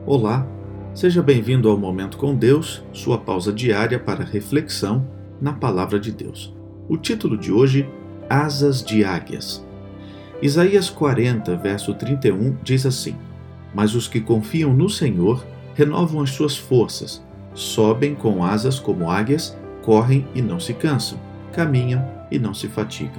Olá, seja bem-vindo ao Momento com Deus, sua pausa diária para reflexão na Palavra de Deus. O título de hoje, Asas de Águias. Isaías 40, verso 31 diz assim: Mas os que confiam no Senhor renovam as suas forças, sobem com asas como águias, correm e não se cansam, caminham e não se fatigam.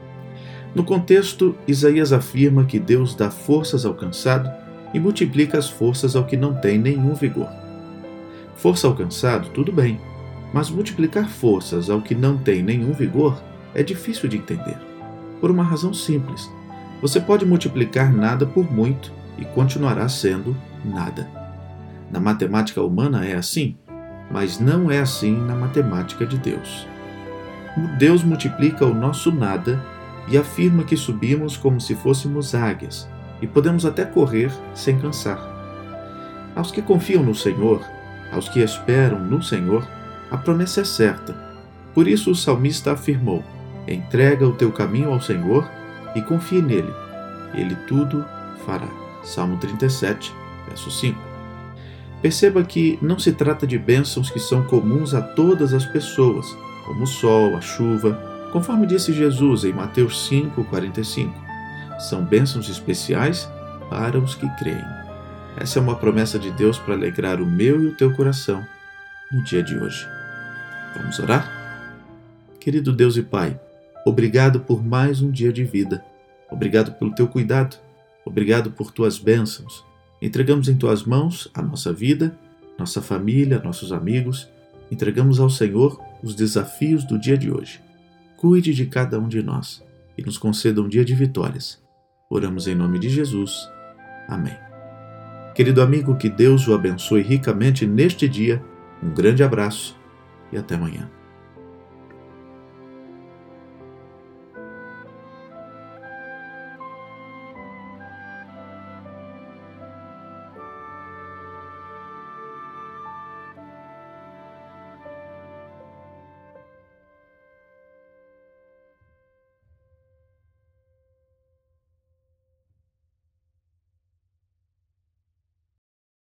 No contexto, Isaías afirma que Deus dá forças ao cansado e multiplica as forças ao que não tem nenhum vigor. Força ao cansado, tudo bem, mas multiplicar forças ao que não tem nenhum vigor é difícil de entender. Por uma razão simples: você pode multiplicar nada por muito e continuará sendo nada. Na matemática humana é assim, mas não é assim na matemática de Deus. Deus multiplica o nosso nada e afirma que subimos como se fôssemos águias e podemos até correr sem cansar. Aos que confiam no Senhor, aos que esperam no Senhor, a promessa é certa. Por isso o salmista afirmou: entrega o teu caminho ao Senhor e confie nele. Ele tudo fará. Salmo 37, verso 5. Perceba que não se trata de bênçãos que são comuns a todas as pessoas, como o sol, a chuva, conforme disse Jesus em Mateus 5,45. São bênçãos especiais para os que creem. Essa é uma promessa de Deus para alegrar o meu e o teu coração no dia de hoje. Vamos orar? Querido Deus e Pai, obrigado por mais um dia de vida. Obrigado pelo teu cuidado. Obrigado por tuas bênçãos. Entregamos em tuas mãos a nossa vida, nossa família, nossos amigos. Entregamos ao Senhor os desafios do dia de hoje. Cuide de cada um de nós e nos conceda um dia de vitórias. Oramos em nome de Jesus. Amém. Querido amigo, que Deus o abençoe ricamente neste dia. Um grande abraço e até amanhã.